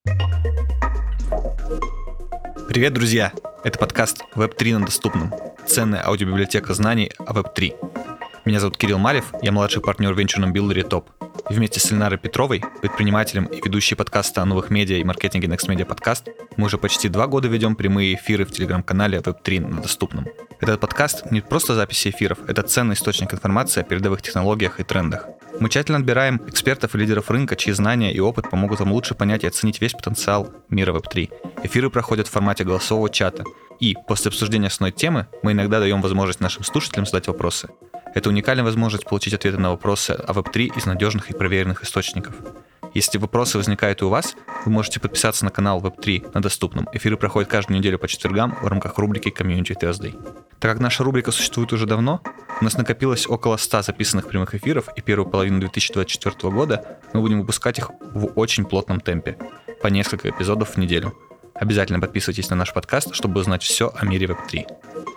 Привет, друзья! Это подкаст Web3 на доступном. Ценная аудиобиблиотека знаний о Web3. Меня зовут Кирилл Малев, я младший партнер в венчурном билдере ТОП. И вместе с Ильнарой Петровой, предпринимателем и ведущей подкаста о новых медиа и маркетинге Next Media Podcast, мы уже почти 2 года ведем прямые эфиры в телеграм-канале Web3 на доступном. Этот подкаст не просто записи эфиров, это ценный источник информации о передовых технологиях и трендах. Мы тщательно отбираем экспертов и лидеров рынка, чьи знания и опыт помогут вам лучше понять и оценить весь потенциал мира Web3. Эфиры проходят в формате голосового чата. И после обсуждения основной темы мы иногда даем возможность нашим слушателям задать вопросы. Это уникальная возможность получить ответы на вопросы о Web3 из надежных и проверенных источников. Если вопросы возникают и у вас, вы можете подписаться на канал Web3 на доступном. Эфиры проходят каждую неделю по четвергам в рамках рубрики Community Thursday. Так как наша рубрика существует уже давно, у нас накопилось около 100 записанных прямых эфиров, и первую половину 2024 года мы будем выпускать их в очень плотном темпе, по несколько эпизодов в неделю. Обязательно подписывайтесь на наш подкаст, чтобы узнать все о мире Web3.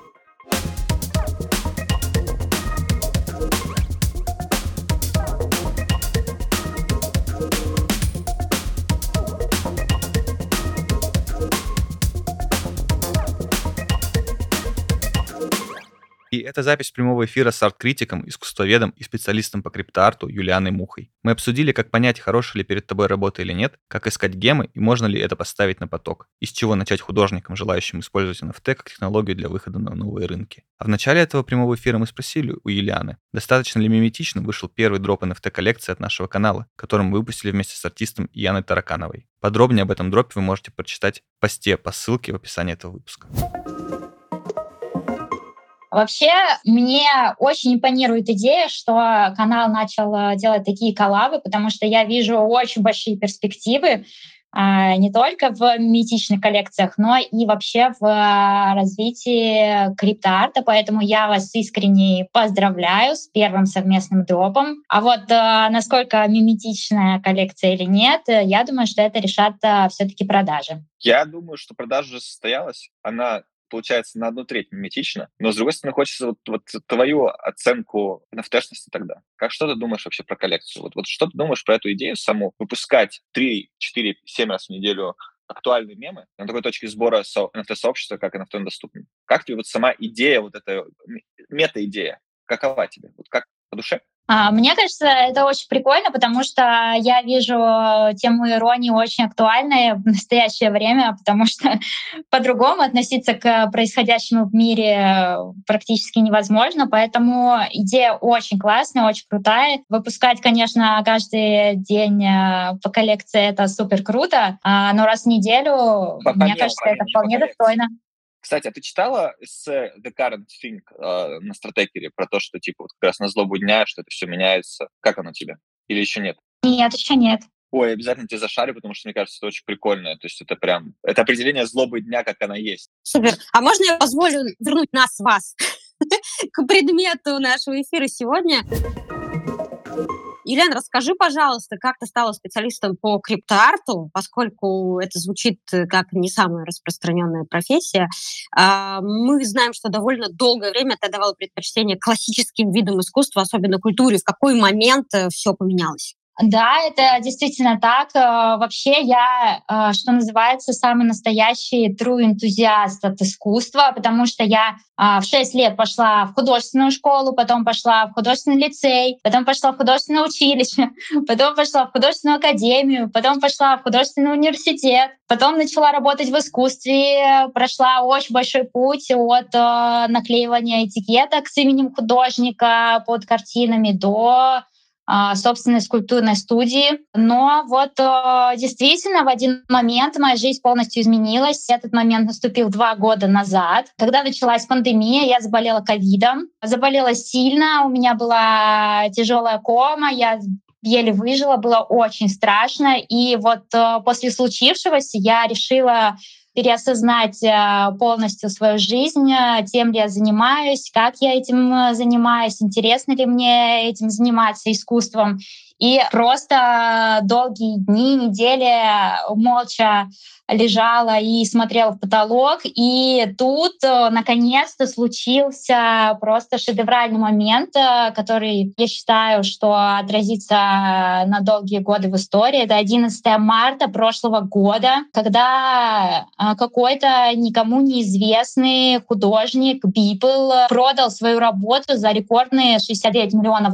И это запись прямого эфира с арт-критиком, искусствоведом и специалистом по криптоарту Юлианой Мухой. Мы обсудили, как понять, хорошая ли перед тобой работа или нет, как искать гемы и можно ли это поставить на поток, и с чего начать художникам, желающим использовать NFT как технологию для выхода на новые рынки. А в начале этого прямого эфира мы спросили у Юлианы, достаточно ли миметично вышел первый дроп NFT-коллекции от нашего канала, который мы выпустили вместе с артистом Яной Таракановой. Подробнее об этом дропе вы можете прочитать в посте по ссылке в описании этого выпуска. Вообще, мне очень импонирует идея, что канал начал делать такие коллабы, потому что я вижу очень большие перспективы не только в миметичных коллекциях, но и вообще в развитии криптоарта. Поэтому я вас искренне поздравляю с первым совместным дропом. А вот насколько миметичная коллекция или нет, я думаю, что это решат все-таки продажи. Я думаю, что продажа уже состоялась. Она получается на 1/3 миметично, но, с другой стороны, хочется вот твою оценку NFT-шности тогда. Как что ты думаешь вообще про коллекцию? Вот что ты думаешь про эту идею саму? Выпускать 3, 4, 7 раз в неделю актуальные мемы на такой точке сбора NFT-сообщества, как NFT доступно. Как тебе вот сама идея, вот эта мета-идея, какова тебе? Вот как по душе? Мне кажется, это очень прикольно, потому что я вижу тему иронии очень актуальной в настоящее время, потому что по-другому относиться к происходящему в мире практически невозможно. Поэтому идея очень классная, очень крутая. Выпускать, конечно, каждый день по коллекции — это супер круто, но раз в неделю, мне кажется, это вполне достойно. Кстати, а ты читала эссе The Current Thing на Стратегере про то, что типа вот как раз на злобу дня, что это все меняется? Как оно тебе? Или еще нет? Нет, еще нет. Ой, обязательно тебе зашарю, потому что, мне кажется, это очень прикольно. То есть это прям... Это определение злобы дня, как она есть. Супер. А можно я позволю вернуть вас к предмету нашего эфира сегодня? Юлиан, расскажи, пожалуйста, как ты стала специалистом по криптоарту, поскольку это звучит как не самая распространенная профессия. Мы знаем, что довольно долгое время ты давала предпочтение классическим видам искусства, особенно культуре. В какой момент все поменялось? Да, это действительно так. Вообще я, что называется, самый настоящий true энтузиаст от искусства, потому что я в 6 лет пошла в художественную школу, потом пошла в художественный лицей, потом пошла в художественное училище, потом пошла в художественную академию, потом пошла в художественный университет, потом начала работать в искусстве, прошла очень большой путь от наклеивания этикеток с именем художника под картинами до собственной скульптурной студии. Но вот действительно в один момент моя жизнь полностью изменилась. Этот момент наступил 2 года назад. Когда началась пандемия, я заболела ковидом. Заболела сильно, у меня была тяжелая кома, я еле выжила, было очень страшно. И вот после случившегося я решила переосознать полностью свою жизнь, тем ли я занимаюсь, как я этим занимаюсь, интересно ли мне этим заниматься искусством. И просто долгие дни, недели молча лежала и смотрела в потолок. И тут наконец-то случился просто шедевральный момент, который, я считаю, что отразится на долгие годы в истории. Это 11 марта прошлого года, когда какой-то никому неизвестный художник Beeple продал свою работу за рекордные $69 миллионов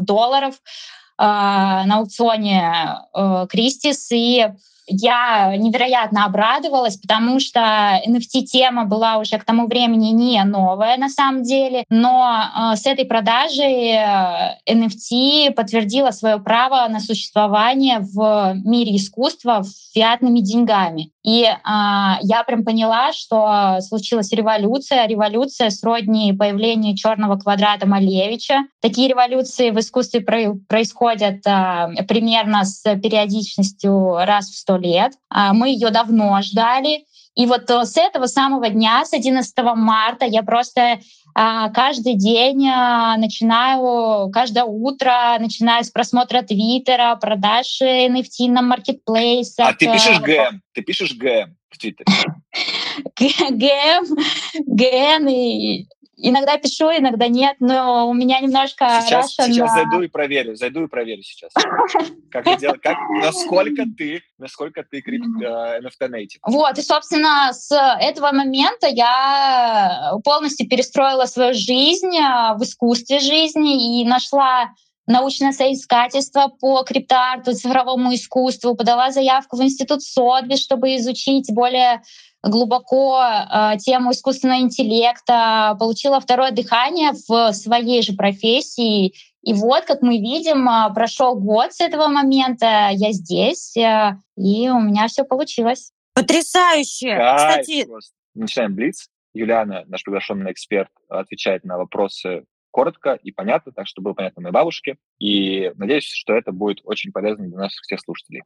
на аукционе Кристис. И я невероятно обрадовалась, потому что NFT-тема была уже к тому времени не новая на самом деле, но с этой продажей NFT подтвердила свое право на существование в мире искусства фиатными деньгами. И я прям поняла, что случилась революция сродни появлению черного квадрата Малевича. Такие революции в искусстве происходят примерно с периодичностью раз в 100 лет. Мы ее давно ждали. И вот с этого самого дня, с 11 марта, я просто каждый день каждое утро начинаю с просмотра Твиттера, продаж NFT на маркетплейсах. А ты пишешь ГМ в Твиттере? ГМ, и иногда пишу, иногда нет, но у меня немножко Сейчас зайду и проверю сейчас. Как это делать? Насколько ты NFT native? Вот, и, собственно, с этого момента я полностью перестроила свою жизнь в искусстве жизни и нашла научное соискательство по криптоарту, цифровому искусству, подала заявку в институт Сотбис, чтобы изучить более глубоко тему искусственного интеллекта, получила второе дыхание в своей же профессии. И вот, как мы видим, прошел год с этого момента, я здесь, и у меня все получилось. Потрясающе! Кстати, начинаем блиц. Юлиана, наш приглашенный эксперт, отвечает на вопросы коротко и понятно, так что было понятно моей бабушке. И надеюсь, что это будет очень полезно для наших всех слушателей.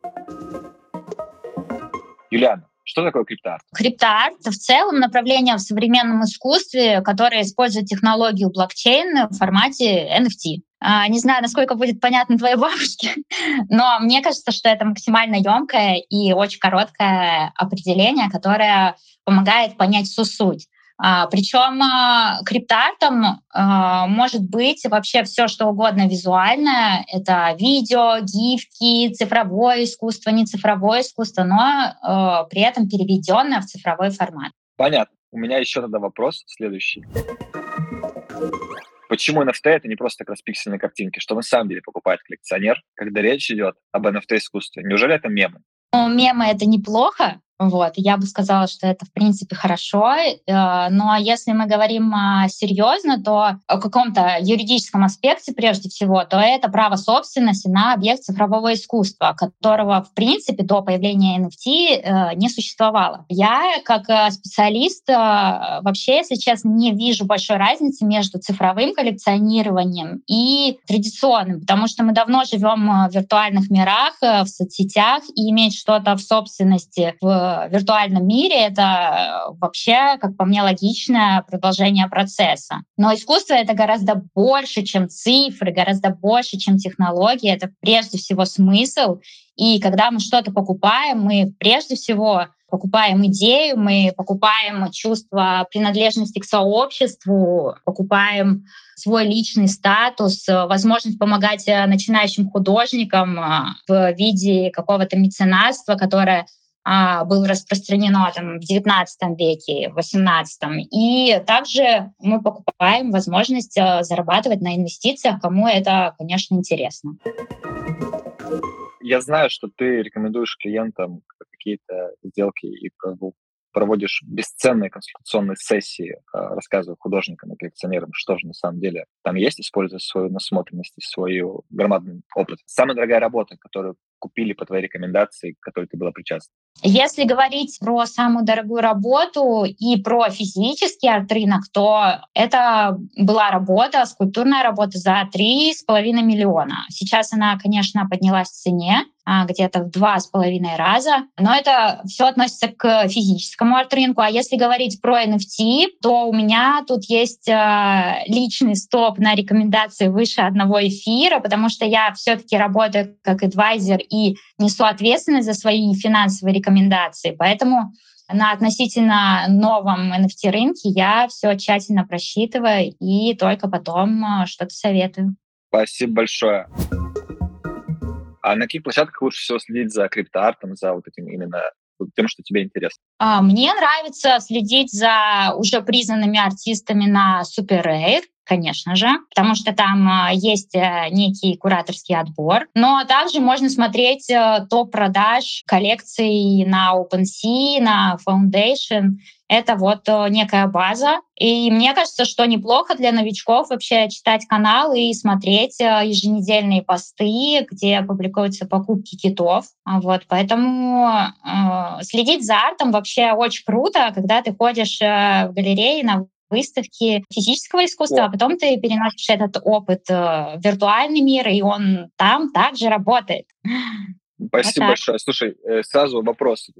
Юлиана, что такое криптоарт? Криптоарт в целом направление в современном искусстве, которое использует технологию блокчейн в формате NFT. Не знаю, насколько будет понятно твоей бабушке, но мне кажется, что это максимально емкое и очень короткое определение, которое помогает понять всю суть. Причем криптоартом может быть вообще все, что угодно визуальное. Это видео, гифки, цифровое искусство, не цифровое искусство, но при этом переведенное в цифровой формат. Понятно. У меня еще тогда вопрос следующий. Почему NFT — это не просто как раз пиксельные картинки? Что на самом деле покупает коллекционер, когда речь идет об NFT-искусстве? Неужели это мемы? Мемы — это неплохо. Вот, я бы сказала, что это, в принципе, хорошо. Но если мы говорим серьезно, то о каком-то юридическом аспекте, прежде всего, то это право собственности на объект цифрового искусства, которого, в принципе, до появления NFT не существовало. Я, как специалист, вообще, если честно, не вижу большой разницы между цифровым коллекционированием и традиционным, потому что мы давно живем в виртуальных мирах, в соцсетях, и иметь что-то в собственности в виртуальном мире — это вообще, как по мне, логичное продолжение процесса. Но искусство — это гораздо больше, чем цифры, гораздо больше, чем технологии. Это прежде всего смысл. И когда мы что-то покупаем, мы прежде всего покупаем идею, мы покупаем чувство принадлежности к сообществу, покупаем свой личный статус, возможность помогать начинающим художникам в виде какого-то меценатства, которое было распространено в XIX веке, в XVIII. И также мы покупаем возможность зарабатывать на инвестициях, кому это, конечно, интересно. Я знаю, что ты рекомендуешь клиентам какие-то сделки и проводишь бесценные консультационные сессии, рассказывая художникам и коллекционерам, что же на самом деле там есть, используя свою насмотренность и свой громадный опыт. Самая дорогая работа, которую купили по твоей рекомендации, к которой ты была причастна? Если говорить про самую дорогую работу и про физический арт-рынок, то это была работа, скульптурная работа за 3,5 миллиона. Сейчас она, конечно, поднялась в цене где-то в 2,5 раза, но это все относится к физическому арт-рынку. А если говорить про NFT, то у меня тут есть личный стоп на рекомендации выше 1 эфира, потому что я все-таки работаю как адвайзер и несу ответственность за свои финансовые рекомендации. Поэтому на относительно новом NFT-рынке я все тщательно просчитываю и только потом что-то советую. Спасибо большое. А на каких площадках лучше всего следить за криптоартом, за вот этим именно тем, что тебе интересно? Мне нравится следить за уже признанными артистами на Super Rare, конечно же, потому что там есть некий кураторский отбор. Но также можно смотреть топ продаж коллекций на OpenSea, на Foundation. Это вот некая база. И мне кажется, что неплохо для новичков вообще читать канал и смотреть еженедельные посты, где публикуются покупки китов. Вот, поэтому следить за артом вообще очень круто, когда ты ходишь в галереи на выставки физического искусства, а потом ты переносишь этот опыт в виртуальный мир, и он там также работает. Спасибо Вот большое. Слушай, сразу вопрос.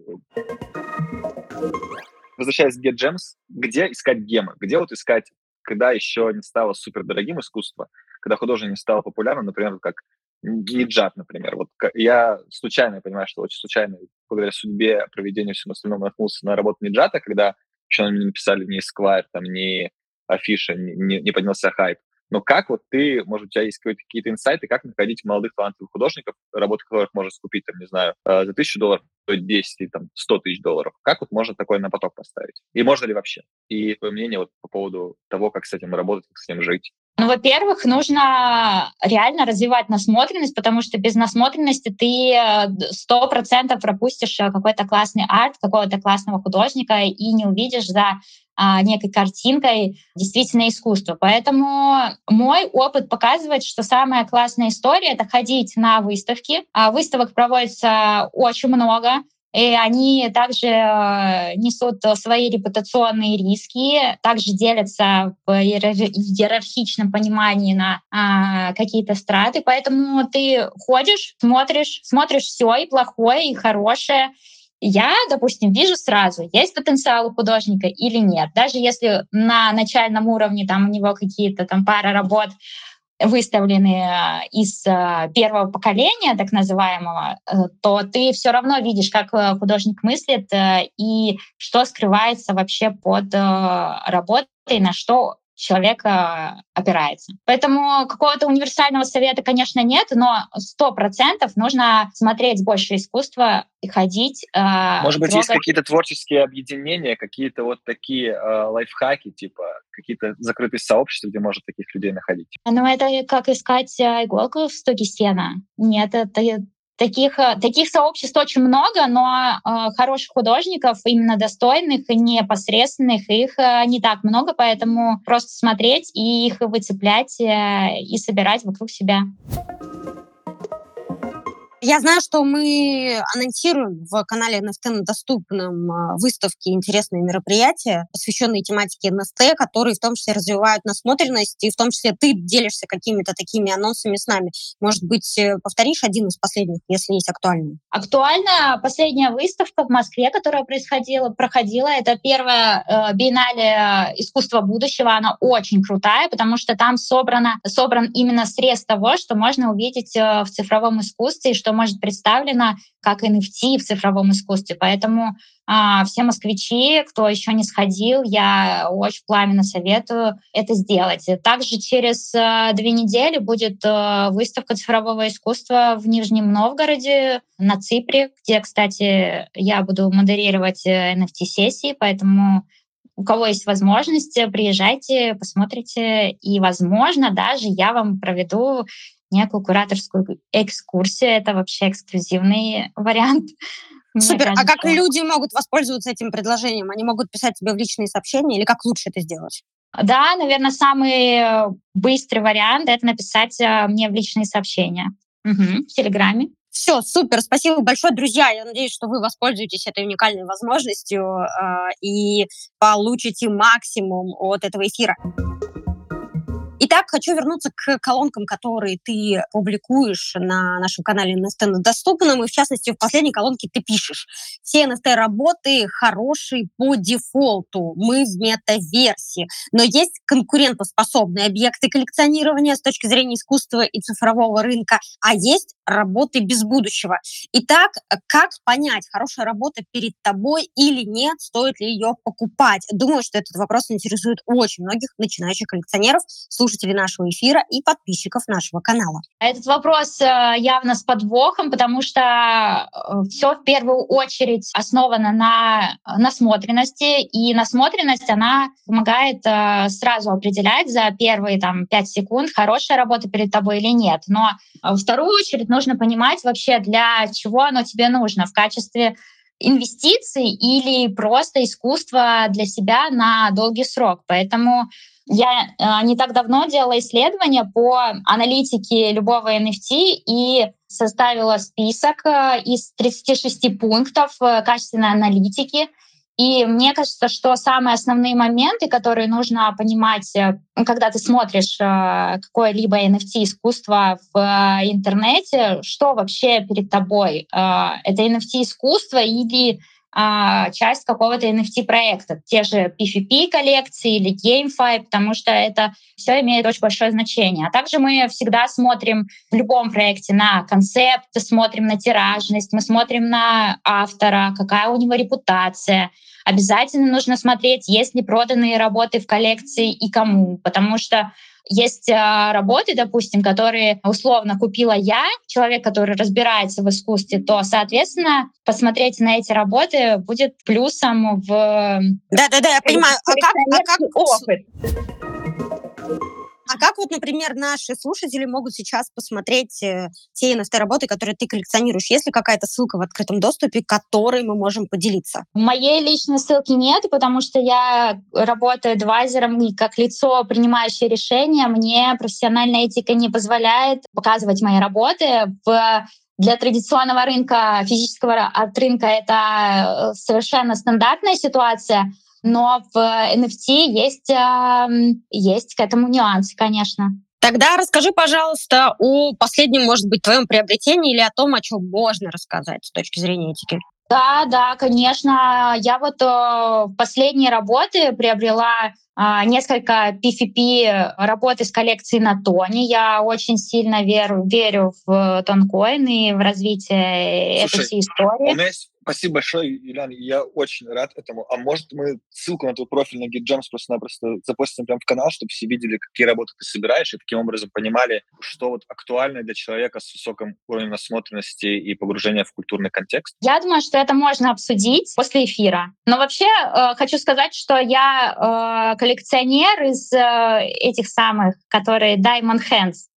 Возвращаясь к GetGems, где искать гемы? Где вот искать, когда еще не стало супер дорогим искусство, когда художник не стал популярным, например, как Ниджат, например. Вот я случайно, понимаю, что очень случайно, благодаря судьбе, проведению и всему остальному, наткнулся на работу Ниджата, когда еще на меня не писали ни Esquire, там, ни Афиша, не поднялся хайп. Но как вот ты, может, у тебя есть какие-то инсайты, как находить молодых талантливых художников, работы которых можно скупить, там, не знаю, за $1000, стоит 10 или там, 100 тысяч долларов? Как вот можно такое на поток поставить? И можно ли вообще? И твое мнение вот по поводу того, как с этим работать, как с этим жить? Ну, во-первых, нужно реально развивать насмотренность, потому что без насмотренности ты 100% пропустишь какой-то классный арт, какого-то классного художника и не увидишь за некой картинкой действительно искусство. Поэтому мой опыт показывает, что самая классная история — это ходить на выставки. Выставок проводится очень много, и они также несут свои репутационные риски, также делятся в иерархичном понимании на какие-то страты. Поэтому ты ходишь, смотришь все и плохое, и хорошее. Я, допустим, вижу сразу, есть потенциал у художника или нет. Даже если на начальном уровне там у него какие-то там пара работ выставлены из первого поколения, так называемого, то ты все равно видишь, как художник мыслит и что скрывается вообще под работой, на что человек опирается. Поэтому какого-то универсального совета, конечно, нет, но 100% нужно смотреть больше искусства и ходить. Может быть, есть трогать. какие-то творческие объединения, какие-то вот такие лайфхаки, типа какие-то закрытые сообщества, где можно таких людей находить? Ну, это как искать иголку в стоге сена. Нет, это таких сообществ очень много, но хороших художников, именно достойных и непосредственных, их не так много, поэтому просто смотреть и их выцеплять и собирать вокруг себя. Я знаю, что мы анонсируем в канале NFT на доступном выставки интересные мероприятия, посвященные тематике NFT, которые в том числе развивают насмотренность, и в том числе ты делишься какими-то такими анонсами с нами. Может быть, повторишь один из последних, если есть актуальный? Актуальна последняя выставка в Москве, которая проходила. Это первая биеннале искусства будущего. Она очень крутая, потому что там собран именно срез того, что можно увидеть в цифровом искусстве, и что может представлено как NFT в цифровом искусстве. Поэтому все москвичи, кто еще не сходил, я очень пламенно советую это сделать. Также через 2 недели будет выставка цифрового искусства в Нижнем Новгороде, на Ципре, где, кстати, я буду модерировать NFT-сессии, поэтому у кого есть возможность, приезжайте, посмотрите, и, возможно, даже я вам проведу некую кураторскую экскурсию. Это вообще эксклюзивный вариант. Супер. А как люди могут воспользоваться этим предложением? Они могут писать тебе в личные сообщения или как лучше это сделать? Да, наверное, самый быстрый вариант — это написать мне в личные сообщения в Телеграме. В Все, супер, спасибо большое, друзья. Я надеюсь, что вы воспользуетесь этой уникальной возможностью и получите максимум от этого эфира. Итак, хочу вернуться к колонкам, которые ты публикуешь на нашем канале NFT на доступном, и в частности, в последней колонке ты пишешь: все NFT-работы хорошие по дефолту, мы в мета-версии, но есть конкурентоспособные объекты коллекционирования с точки зрения искусства и цифрового рынка, а есть работы без будущего. Итак, как понять, хорошая работа перед тобой или нет, стоит ли ее покупать? Думаю, что этот вопрос интересует очень многих начинающих коллекционеров, слушателей нашего эфира и подписчиков нашего канала. Этот вопрос явно с подвохом, потому что все в первую очередь основано на насмотренности, и насмотренность, она помогает сразу определять за первые 5 секунд, хорошая работа перед тобой или нет. Но в вторую очередь нужно понимать вообще, для чего оно тебе нужно в качестве инвестиций или просто искусство для себя на долгий срок. Поэтому я не так давно делала исследование по аналитике любого NFT и составила список из 36 пунктов качественной аналитики. И мне кажется, что самые основные моменты, которые нужно понимать, когда ты смотришь какое-либо NFT-искусство в интернете, что вообще перед тобой? Это NFT-искусство или часть какого-то NFT-проекта, те же PFP-коллекции или GameFi, потому что это все имеет очень большое значение. А также мы всегда смотрим в любом проекте на концепт, смотрим на тиражность, мы смотрим на автора, какая у него репутация. Обязательно нужно смотреть, есть ли проданные работы в коллекции и кому, потому что есть работы, допустим, которые условно купила я, человек, который разбирается в искусстве, то, соответственно, посмотреть на эти работы будет плюсом в Да-да-да, я понимаю. опыт. А как вот, например, наши слушатели могут сейчас посмотреть те NFT-работы, которые ты коллекционируешь? Есть ли какая-то ссылка в открытом доступе, которой мы можем поделиться? Моей личной ссылки нет, потому что я работаю адвайзером и как лицо, принимающее решения. Мне профессиональная этика не позволяет показывать мои работы. Для традиционного рынка, физического рынка, это совершенно стандартная ситуация. Но в NFT есть к этому нюансы, конечно. Тогда расскажи, пожалуйста, о последнем, может быть, твоем приобретении или о том, о чем можно рассказать с точки зрения этики. Да, конечно. Я последние работы приобрела несколько PFP работ из коллекции на Тоне. Я очень сильно верю в тонкоин и в развитие этой всей истории. Спасибо большое, Юлиан, я очень рад этому. А может, мы ссылку на твой профиль на GitGems просто-напросто запостим прямо в канал, чтобы все видели, какие работы ты собираешь, и таким образом понимали, что вот актуально для человека с высоким уровнем насмотренности и погружения в культурный контекст? Я думаю, что это можно обсудить после эфира. Но вообще хочу сказать, что я коллекционер из этих самых, которые Diamond Hands.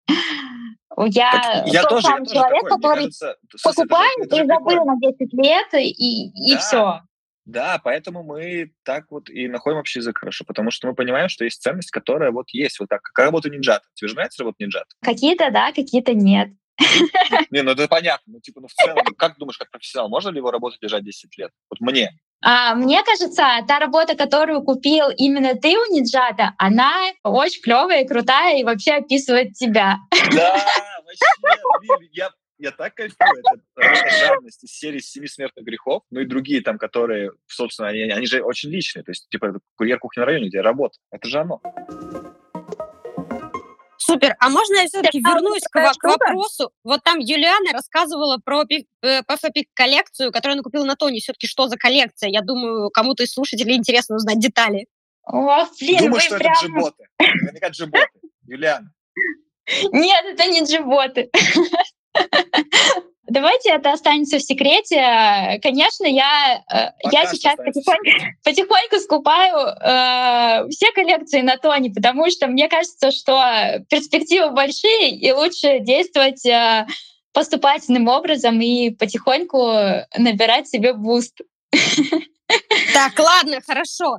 Я тот самый человек, который покупает и забыл на 10 лет, и все. Да, поэтому мы так вот и находим общий язык хорошо, потому что мы понимаем, что есть ценность, которая вот есть. Вот так, как работа ниджата. Тебе же нравится работа ниджата? Какие-то да, какие-то нет. Не, ну это понятно. В целом, как думаешь, как профессионал, можно ли его работать держать 10 лет? Вот мне. Мне кажется, та работа, которую купил именно ты у ниджата, она очень клевая и крутая и вообще описывает тебя. Да, вообще, я так кайфую. Это жадность из серии 7 смертных грехов, ну и другие там, которые, собственно, они же очень личные. То есть, это курьер кухни на районе, где я работаю. Это же оно. Супер. А можно я все-таки вернусь к вопросу? Вот там Юлиана рассказывала про PFP-коллекцию, которую она купила на Тоне. Все-таки что за коллекция? Я думаю, кому-то из слушателей интересно узнать детали. О, блин, думаю, что это джиботы. Наверняка джиботы. Юлиана. Нет, это не джиботы. Давайте это останется в секрете. Конечно, я сейчас потихоньку скупаю все коллекции на Тоне, потому что мне кажется, что перспективы большие, и лучше действовать поступательным образом и потихоньку набирать себе буст. Так, ладно, хорошо.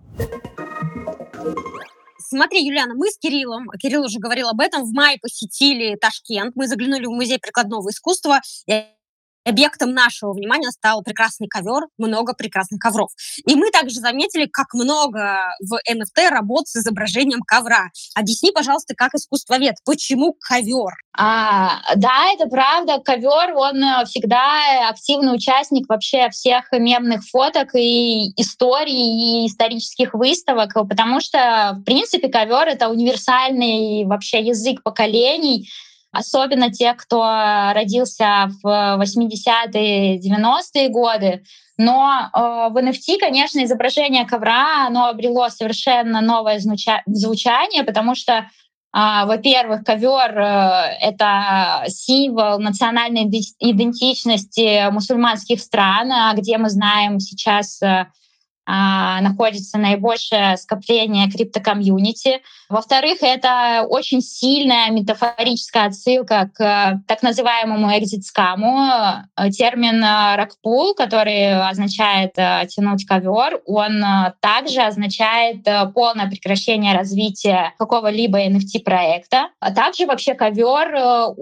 Смотри, Юлиана, мы с Кириллом, Кирилл уже говорил об этом, в мае посетили Ташкент, мы заглянули в музей прикладного искусства. Объектом нашего внимания стал прекрасный ковер, много прекрасных ковров. И мы также заметили, как много в NFT работ с изображением ковра. Объясни, пожалуйста, как искусствовед, почему ковер? Да, это правда. Ковер, он всегда активный участник вообще всех мемных фоток и историй, и исторических выставок, потому что, в принципе, ковер — это универсальный вообще язык поколений, особенно те, кто родился в 80-е, 90-е годы. Но в NFT, конечно, изображение ковра, оно обрело совершенно новое звучание, потому что, во-первых, ковер — это символ национальной идентичности мусульманских стран, где мы знаем сейчас находится наибольшее скопление криптокомьюнити. Во-вторых, это очень сильная метафорическая отсылка к так называемому экзит-скаму. Термин «ракпул», который означает «тянуть ковер», он также означает полное прекращение развития какого-либо NFT-проекта. А также вообще ковер,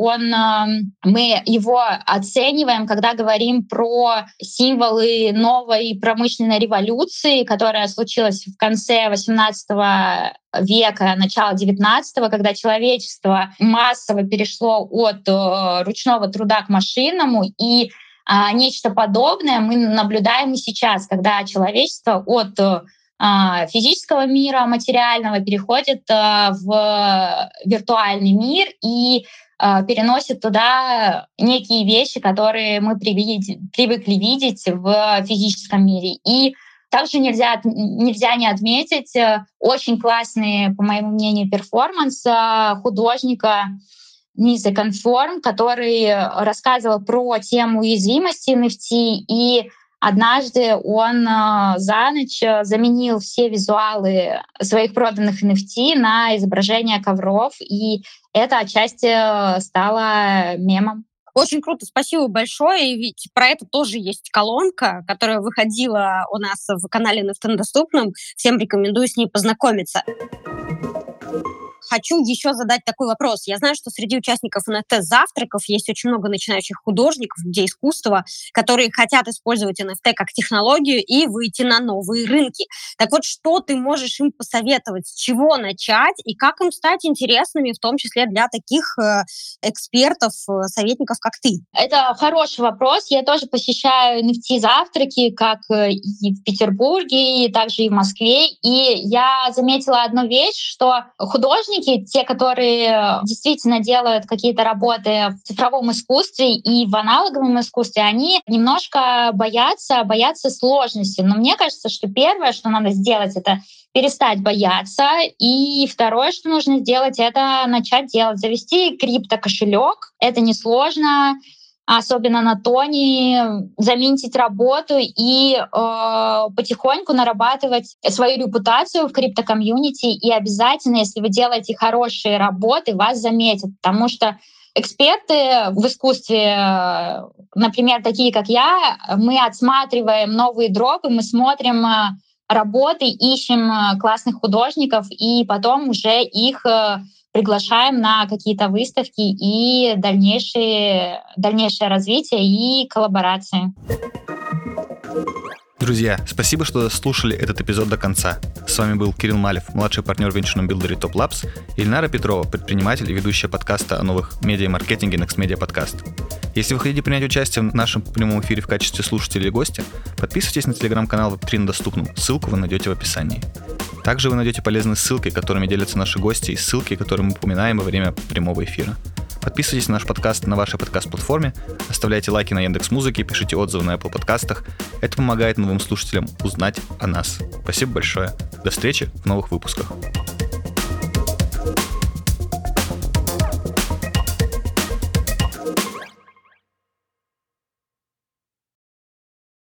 мы его оцениваем, когда говорим про символы новой промышленной революции, которая случилась в конце XVIII века, начало XIX, когда человечество массово перешло от ручного труда к машинному, и нечто подобное мы наблюдаем и сейчас, когда человечество от физического мира, материального, переходит в виртуальный мир и переносит туда некие вещи, которые мы привыкли видеть в физическом мире. И также нельзя не отметить очень классный, по моему мнению, перформанс художника Низе Конформ, который рассказывал про тему уязвимости NFT, и однажды он за ночь заменил все визуалы своих проданных NFT на изображение ковров, и это отчасти стало мемом. Очень круто, спасибо большое. И ведь про это тоже есть колонка, которая выходила у нас в канале NFT Доступном. Всем рекомендую с ней познакомиться. Хочу еще задать такой вопрос. Я знаю, что среди участников NFT-завтраков есть очень много начинающих художников, людей искусства, которые хотят использовать NFT как технологию и выйти на новые рынки. Так вот, что ты можешь им посоветовать, с чего начать и как им стать интересными, в том числе для таких экспертов, советников, как ты? Это хороший вопрос. Я тоже посещаю NFT-завтраки, как и в Петербурге, и также и в Москве. И я заметила одну вещь, что художники, те, которые действительно делают какие-то работы в цифровом искусстве и в аналоговом искусстве, они немножко боятся сложности. Но мне кажется, что первое, что надо сделать, это перестать бояться. И второе, что нужно сделать, это начать делать. Завести криптокошелек. Это несложно, особенно на Тоне, заминтить работу и потихоньку нарабатывать свою репутацию в криптокомьюнити. И обязательно, если вы делаете хорошие работы, вас заметят, потому что эксперты в искусстве, например, такие как я, мы отсматриваем новые дропы, мы смотрим работы, ищем классных художников, и потом уже их приглашаем на какие-то выставки и дальнейшее развитие и коллаборации. Друзья, спасибо, что слушали этот эпизод до конца. С вами был Кирилл Малев, младший партнер в венчурном билдере Top Labs, и Ильнара Петрова, предприниматель и ведущая подкаста о новых медиа и маркетинге Next Media Podcast. Если вы хотите принять участие в нашем прямом эфире в качестве слушателя или гостя, подписывайтесь на телеграм-канал Web3 на Доступном, ссылку вы найдете в описании. Также вы найдете полезные ссылки, которыми делятся наши гости, и ссылки, которые мы упоминаем во время прямого эфира. Подписывайтесь на наш подкаст на вашей подкаст-платформе, оставляйте лайки на Яндекс.Музыке, пишите отзывы на Apple подкастах. Это помогает новым слушателям узнать о нас. Спасибо большое. До встречи в новых выпусках.